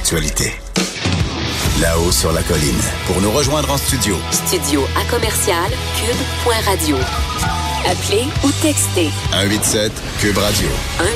l'actualité. Là-haut sur la colline. Pour nous rejoindre en studio. Studio à commercial cube.radio. Appelez ou textez. 187 Cube Radio.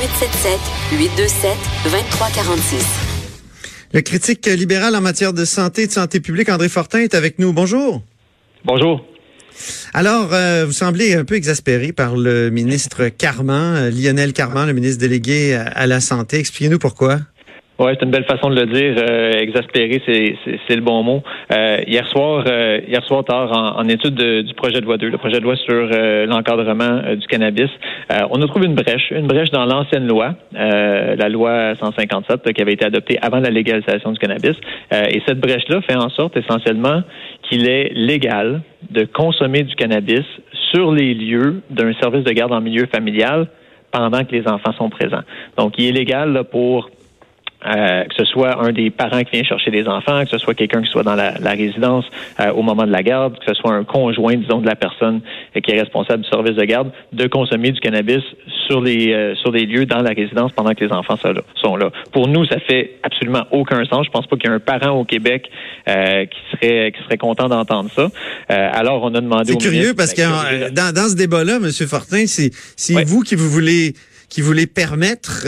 1877-827-2346. Le critique libéral en matière de santé publique, André Fortin, est avec nous. Bonjour. Bonjour. Alors, vous semblez un peu exaspéré par le ministre Carman, Lionel Carman, le ministre délégué à la Santé. Expliquez-nous pourquoi. Ouais, c'est une belle façon de le dire. Exaspéré, c'est le bon mot. Hier soir tard, en étude du projet de loi 2, le projet de loi sur l'encadrement du cannabis, on a trouvé une brèche dans l'ancienne loi, la loi 157, qui avait été adoptée avant la légalisation du cannabis. Et cette brèche-là fait en sorte essentiellement qu'il est légal de consommer du cannabis sur les lieux d'un service de garde en milieu familial pendant que les enfants sont présents. Donc, il est légal là, pour que ce soit un des parents qui vient chercher les enfants, que ce soit quelqu'un qui soit dans la résidence au moment de la garde, que ce soit un conjoint, disons, de la personne qui est responsable du service de garde, de consommer du cannabis sur des lieux dans la résidence pendant que les enfants sont là. Pour nous, ça fait absolument aucun sens. Je pense pas qu'il y a un parent au Québec qui serait content d'entendre ça. Alors, on a demandé C'est curieux parce que dans ce débat-là, M. Fortin, c'est ouais. vous qui voulez permettre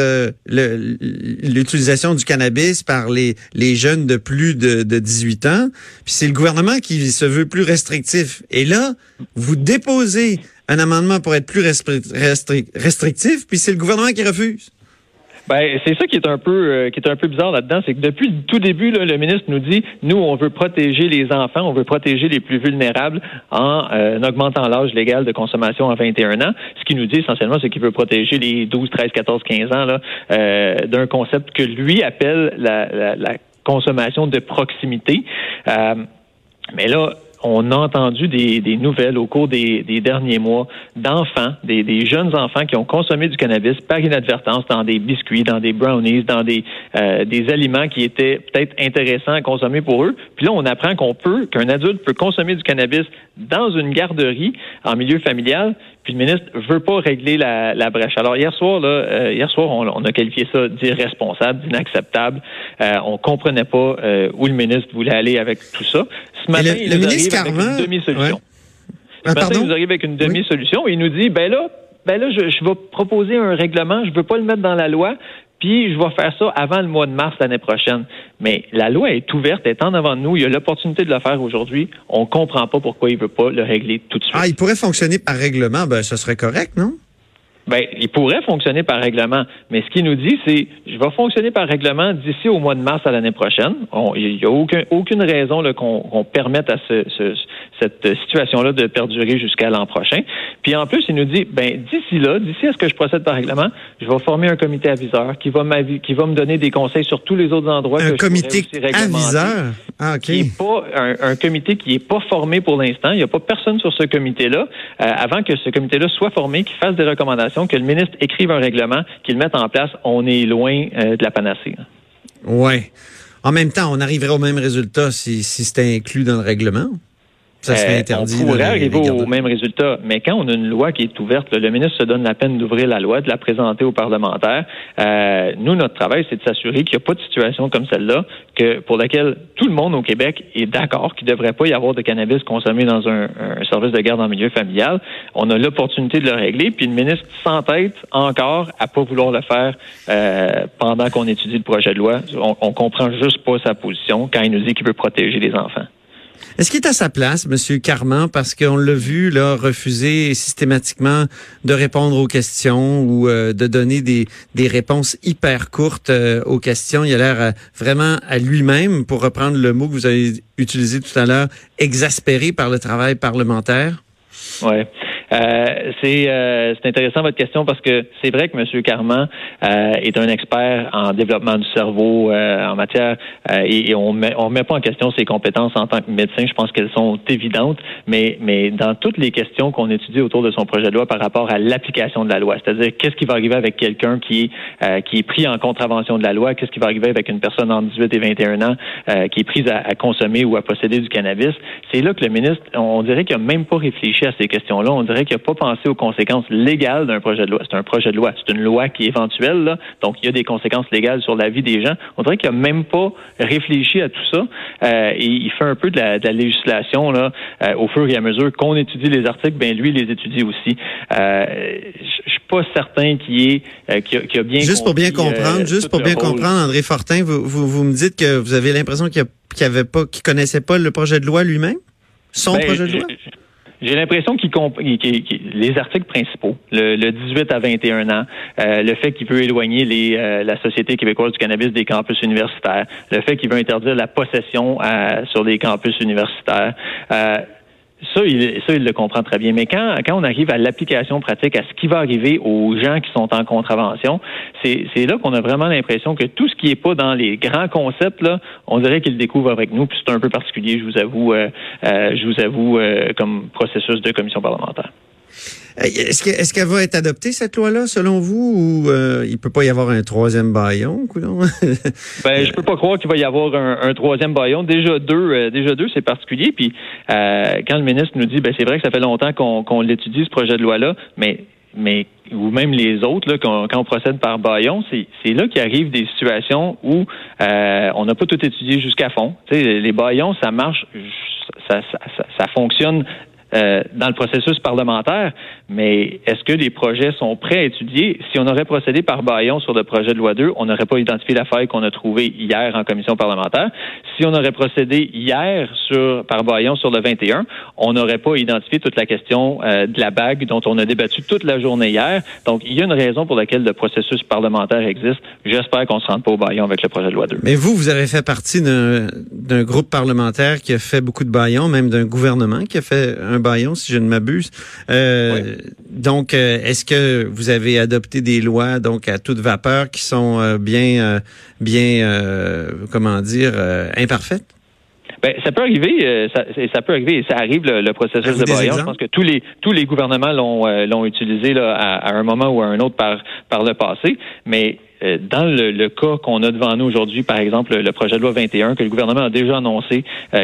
l'utilisation du cannabis par les jeunes de plus de 18 ans, puis c'est le gouvernement qui se veut plus restrictif. Et là, vous déposez un amendement pour être plus restrictif, puis c'est le gouvernement qui refuse. Ben, c'est ça qui est un peu bizarre là-dedans, c'est que depuis le tout début, là, le ministre nous dit, nous, on veut protéger les enfants, on veut protéger les plus vulnérables en augmentant l'âge légal de consommation à 21 ans. Ce qu'il nous dit essentiellement, c'est qu'il veut protéger les 12, 13, 14, 15 ans là, d'un concept que lui appelle la consommation de proximité. Mais là, on a entendu des nouvelles au cours des derniers mois d'enfants, des jeunes enfants qui ont consommé du cannabis par inadvertance dans des biscuits, dans des brownies, dans des aliments qui étaient peut-être intéressants à consommer pour eux. Puis là, on apprend qu'un adulte peut consommer du cannabis dans une garderie en milieu familial. Puis le ministre veut pas régler la brèche. Alors hier soir, on a qualifié ça d'irresponsable, d'inacceptable. On comprenait pas où le ministre voulait aller avec tout ça. Ce matin, il nous arrive avec une demi-solution. Ouais. Ce matin, il nous arrive avec une demi-solution et il nous dit, ben là, je vais proposer un règlement, je veux pas le mettre dans la loi, puis je vais faire ça avant le mois de mars l'année prochaine. Mais la loi est ouverte, elle est en avant de nous, il y a l'opportunité de le faire aujourd'hui. On comprend pas pourquoi il veut pas le régler tout de suite. Ah, il pourrait fonctionner par règlement, ben ça serait correct, non? Ben, il pourrait fonctionner par règlement, mais ce qu'il nous dit, c'est je vais fonctionner par règlement d'ici au mois de mars à l'année prochaine. Il n'y a aucune raison là, qu'on permette à cette situation-là de perdurer jusqu'à l'an prochain. Puis en plus, il nous dit d'ici à ce que je procède par règlement, je vais former un comité aviseur qui va me donner des conseils sur tous les autres endroits un que comité je pourrais aussi réglementer. Aviseur? Ah, OK. Qui est pas un comité qui est pas formé pour l'instant. Il n'y a pas personne sur ce comité-là. Avant que ce comité-là soit formé, qu'il fasse des recommandations, que le ministre écrive un règlement, qu'il le mette en place, on est loin de la panacée. Oui. En même temps, on arriverait au même résultat si c'était inclus dans le règlement. Ça serait interdit. On pourrait arriver au même résultat, mais quand on a une loi qui est ouverte, le ministre se donne la peine d'ouvrir la loi, de la présenter aux parlementaires. Nous, notre travail, c'est de s'assurer qu'il n'y a pas de situation comme celle-là, pour laquelle tout le monde au Québec est d'accord qu'il ne devrait pas y avoir de cannabis consommé dans un service de garde en milieu familial. On a l'opportunité de le régler, puis le ministre s'entête encore à pas vouloir le faire pendant qu'on étudie le projet de loi. On comprend juste pas sa position quand il nous dit qu'il veut protéger les enfants. Est-ce qu'il est à sa place, M. Carman, parce qu'on l'a vu là refuser systématiquement de répondre aux questions ou de donner des réponses hyper courtes aux questions? Il a l'air vraiment à lui-même, pour reprendre le mot que vous avez utilisé tout à l'heure, exaspéré par le travail parlementaire. Ouais. C'est intéressant votre question parce que c'est vrai que M. Carman est un expert en développement du cerveau en matière et on remet pas en question ses compétences en tant que médecin. Je pense qu'elles sont évidentes, mais dans toutes les questions qu'on étudie autour de son projet de loi par rapport à l'application de la loi, c'est-à-dire qu'est-ce qui va arriver avec quelqu'un qui est pris en contravention de la loi, qu'est-ce qui va arriver avec une personne entre 18 et 21 ans qui est prise à consommer ou à posséder du cannabis, c'est là que le ministre, on dirait qu'il n'a même pas réfléchi à ces questions-là. On dirait dirait qu'il n'a pas pensé aux conséquences légales d'un projet de loi. C'est un projet de loi. C'est une loi qui est éventuelle, là. Donc, il y a des conséquences légales sur la vie des gens. On dirait qu'il n'a même pas réfléchi à tout ça. Et il fait un peu de la législation, là, au fur et à mesure qu'on étudie les articles, ben lui, il les étudie aussi. Je suis pas certain qu'il a bien Juste pour bien comprendre, André Fortin, vous me dites que vous avez l'impression qu'il connaissait pas le projet de loi lui-même? Son projet de loi? J'ai l'impression qu'il les articles principaux, le 18 à 21 ans, le fait qu'il veut éloigner la Société québécoise du cannabis des campus universitaires, le fait qu'il veut interdire la possession sur des campus universitaires. Ça, il le comprend très bien. Mais quand on arrive à l'application pratique, à ce qui va arriver aux gens qui sont en contravention, c'est là qu'on a vraiment l'impression que tout ce qui est pas dans les grands concepts, là, on dirait qu'il le découvre avec nous. Puis c'est un peu particulier, je vous avoue, comme processus de commission parlementaire. Est-ce qu'elle va être adoptée, cette loi-là, selon vous, ou il peut pas y avoir un troisième bâillon, coudonc? Je peux pas croire qu'il va y avoir un troisième bâillon. Déjà deux, c'est particulier. Puis quand le ministre nous dit, c'est vrai que ça fait longtemps qu'on l'étudie, ce projet de loi-là, mais ou même les autres, là, quand on procède par bâillon, c'est là qu'il arrive des situations où on n'a pas tout étudié jusqu'à fond. Tu sais, les bâillons, ça marche, ça fonctionne dans le processus parlementaire, mais est-ce que les projets sont prêts à étudier? Si on aurait procédé par bâillon sur le projet de loi 2, on n'aurait pas identifié la faille qu'on a trouvée hier en commission parlementaire. Si on aurait procédé hier par bâillon sur le 21, on n'aurait pas identifié toute la question de la bague dont on a débattu toute la journée hier. Donc, il y a une raison pour laquelle le processus parlementaire existe. J'espère qu'on ne se rende pas au bâillon avec le projet de loi 2. Mais vous avez fait partie d'un groupe parlementaire qui a fait beaucoup de bâillons, même d'un gouvernement qui a fait un bâillon, si je ne m'abuse. Oui. Donc, est-ce que vous avez adopté des lois donc à toute vapeur qui sont imparfaites? Ça peut arriver, ça peut arriver, et ça arrive le processus de bâillon. Je pense que tous les gouvernements l'ont utilisé là, à un moment ou à un autre par le passé, mais dans le cas qu'on a devant nous aujourd'hui, par exemple, le projet de loi 21 que le gouvernement a déjà annoncé,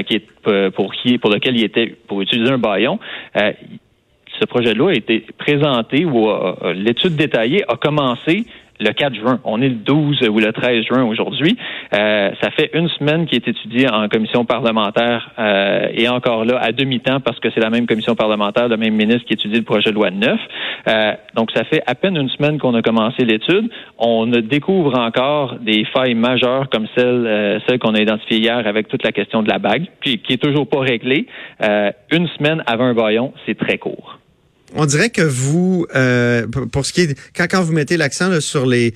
pour lequel il était pour utiliser un bâillon, ce projet de loi a été présenté ou l'étude détaillée a commencé le 4 juin. On est le 12 ou le 13 juin aujourd'hui. Ça fait une semaine qu'il est étudié en commission parlementaire et encore là à demi-temps parce que c'est la même commission parlementaire, le même ministre qui étudie le projet de loi 9. Donc, ça fait à peine une semaine qu'on a commencé l'étude. On découvre encore des failles majeures comme celle qu'on a identifiée hier avec toute la question de la bague, qui est toujours pas réglée. Une semaine avant un bâillon, c'est très court. On dirait que vous, pour ce qui est quand vous mettez l'accent là, sur les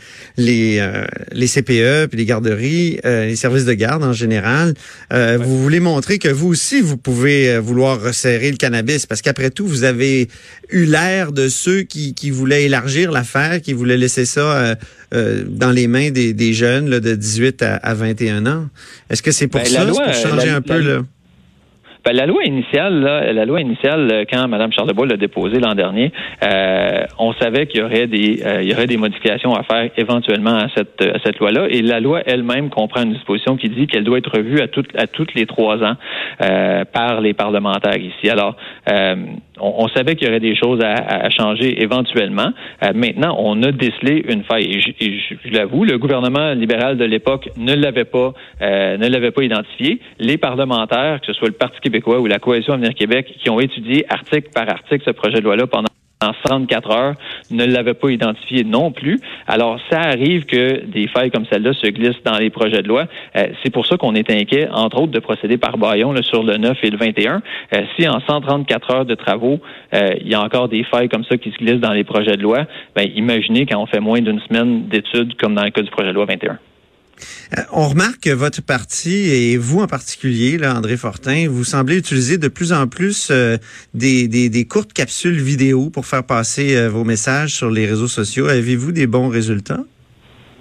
CPE puis les garderies, les services de garde en général, vous voulez montrer que vous aussi vous pouvez vouloir resserrer le cannabis parce qu'après tout vous avez eu l'air de ceux qui voulaient élargir l'affaire, qui voulaient laisser ça dans les mains des jeunes là, de 18 à 21 ans. Est-ce que c'est pour ça, c'est pour changer un peu là? La loi initiale, quand Mme Charlebois l'a déposée l'an dernier, on savait qu'il y aurait des modifications à faire éventuellement à cette loi-là. Et la loi elle-même comprend une disposition qui dit qu'elle doit être revue à toutes les 3 ans par les parlementaires ici. Alors, on savait qu'il y aurait des choses à changer éventuellement. Maintenant, on a décelé une faille. Et je l'avoue, le gouvernement libéral de l'époque ne l'avait pas identifié. Les parlementaires, que ce soit le Parti québécois ou la Coalition Avenir Québec, qui ont étudié article par article ce projet de loi-là pendant 134 heures, ne l'avaient pas identifié non plus. Alors, ça arrive que des failles comme celle-là se glissent dans les projets de loi. C'est pour ça qu'on est inquiet, entre autres, de procéder par bâillon là, sur le 9 et le 21. Si en 134 heures de travaux, il y a encore des failles comme ça qui se glissent dans les projets de loi, imaginez quand on fait moins d'une semaine d'études, comme dans le cas du projet de loi 21. On remarque que votre parti, et vous en particulier, là, André Fortin, vous semblez utiliser de plus en plus des courtes capsules vidéo pour faire passer vos messages sur les réseaux sociaux. Avez-vous des bons résultats?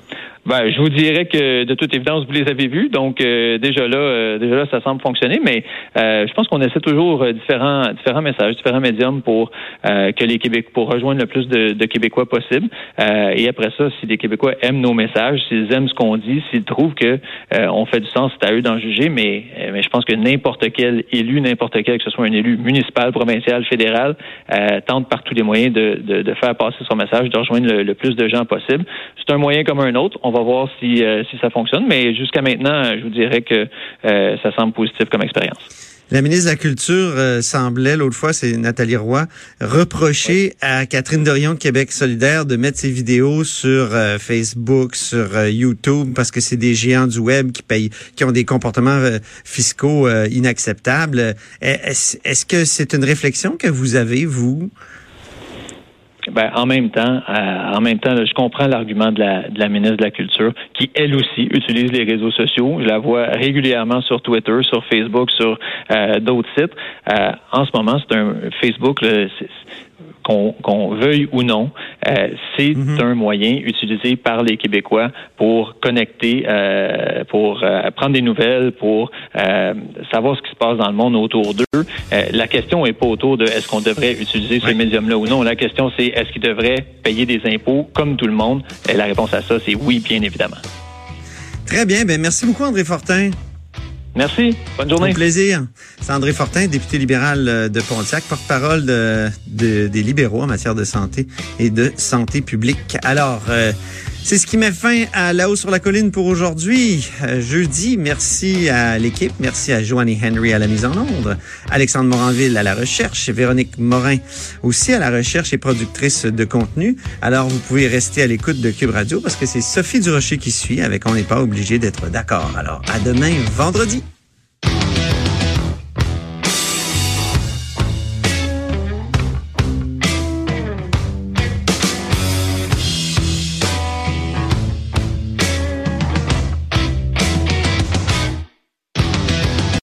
Ben, je vous dirais que de toute évidence, vous les avez vus, donc déjà là, ça semble fonctionner, mais je pense qu'on essaie toujours différents messages, différents médiums pour que les Québécois, pour rejoindre le plus de Québécois possible. Et après ça, si les Québécois aiment nos messages, s'ils aiment ce qu'on dit, s'ils trouvent que on fait du sens, c'est à eux d'en juger, mais je pense que n'importe quel élu, que ce soit un élu municipal, provincial, fédéral, tente par tous les moyens de faire passer son message, de rejoindre le plus de gens possible. C'est un moyen comme un autre. On va voir si ça fonctionne, mais jusqu'à maintenant, je vous dirais que ça semble positif comme expérience. La ministre de la Culture semblait, l'autre fois, c'est Nathalie Roy, reprocher à Catherine Dorion de Québec solidaire de mettre ses vidéos sur Facebook, sur YouTube, parce que c'est des géants du web qui ont des comportements fiscaux inacceptables. Est-ce que c'est une réflexion que vous avez, vous? Ben, en même temps, je comprends l'argument de la ministre de la Culture, qui elle aussi utilise les réseaux sociaux. Je la vois régulièrement sur Twitter, sur Facebook, sur d'autres sites. En ce moment, c'est un Facebook. Qu'on veuille ou non, c'est un moyen utilisé par les Québécois pour connecter, pour prendre des nouvelles, pour savoir ce qui se passe dans le monde autour d'eux. La question est pas autour de est-ce qu'on devrait utiliser ce médium-là ou non. La question, c'est est-ce qu'ils devraient payer des impôts comme tout le monde? Et la réponse à ça, c'est oui, bien évidemment. Très bien. Ben merci beaucoup, André Fortin. Merci. Bonne journée. Au plaisir. C'est André Fortin, député libéral de Pontiac, porte-parole des libéraux en matière de santé et de santé publique. Alors, c'est ce qui met fin à La Hausse sur la colline pour aujourd'hui. Jeudi, merci à l'équipe. Merci à Joanny Henry à la mise en onde, Alexandre Moranville à la recherche et Véronique Morin aussi à la recherche et productrice de contenu. Alors, vous pouvez rester à l'écoute de Cube Radio parce que c'est Sophie Durocher qui suit avec On n'est pas obligé d'être d'accord. Alors, à demain, vendredi.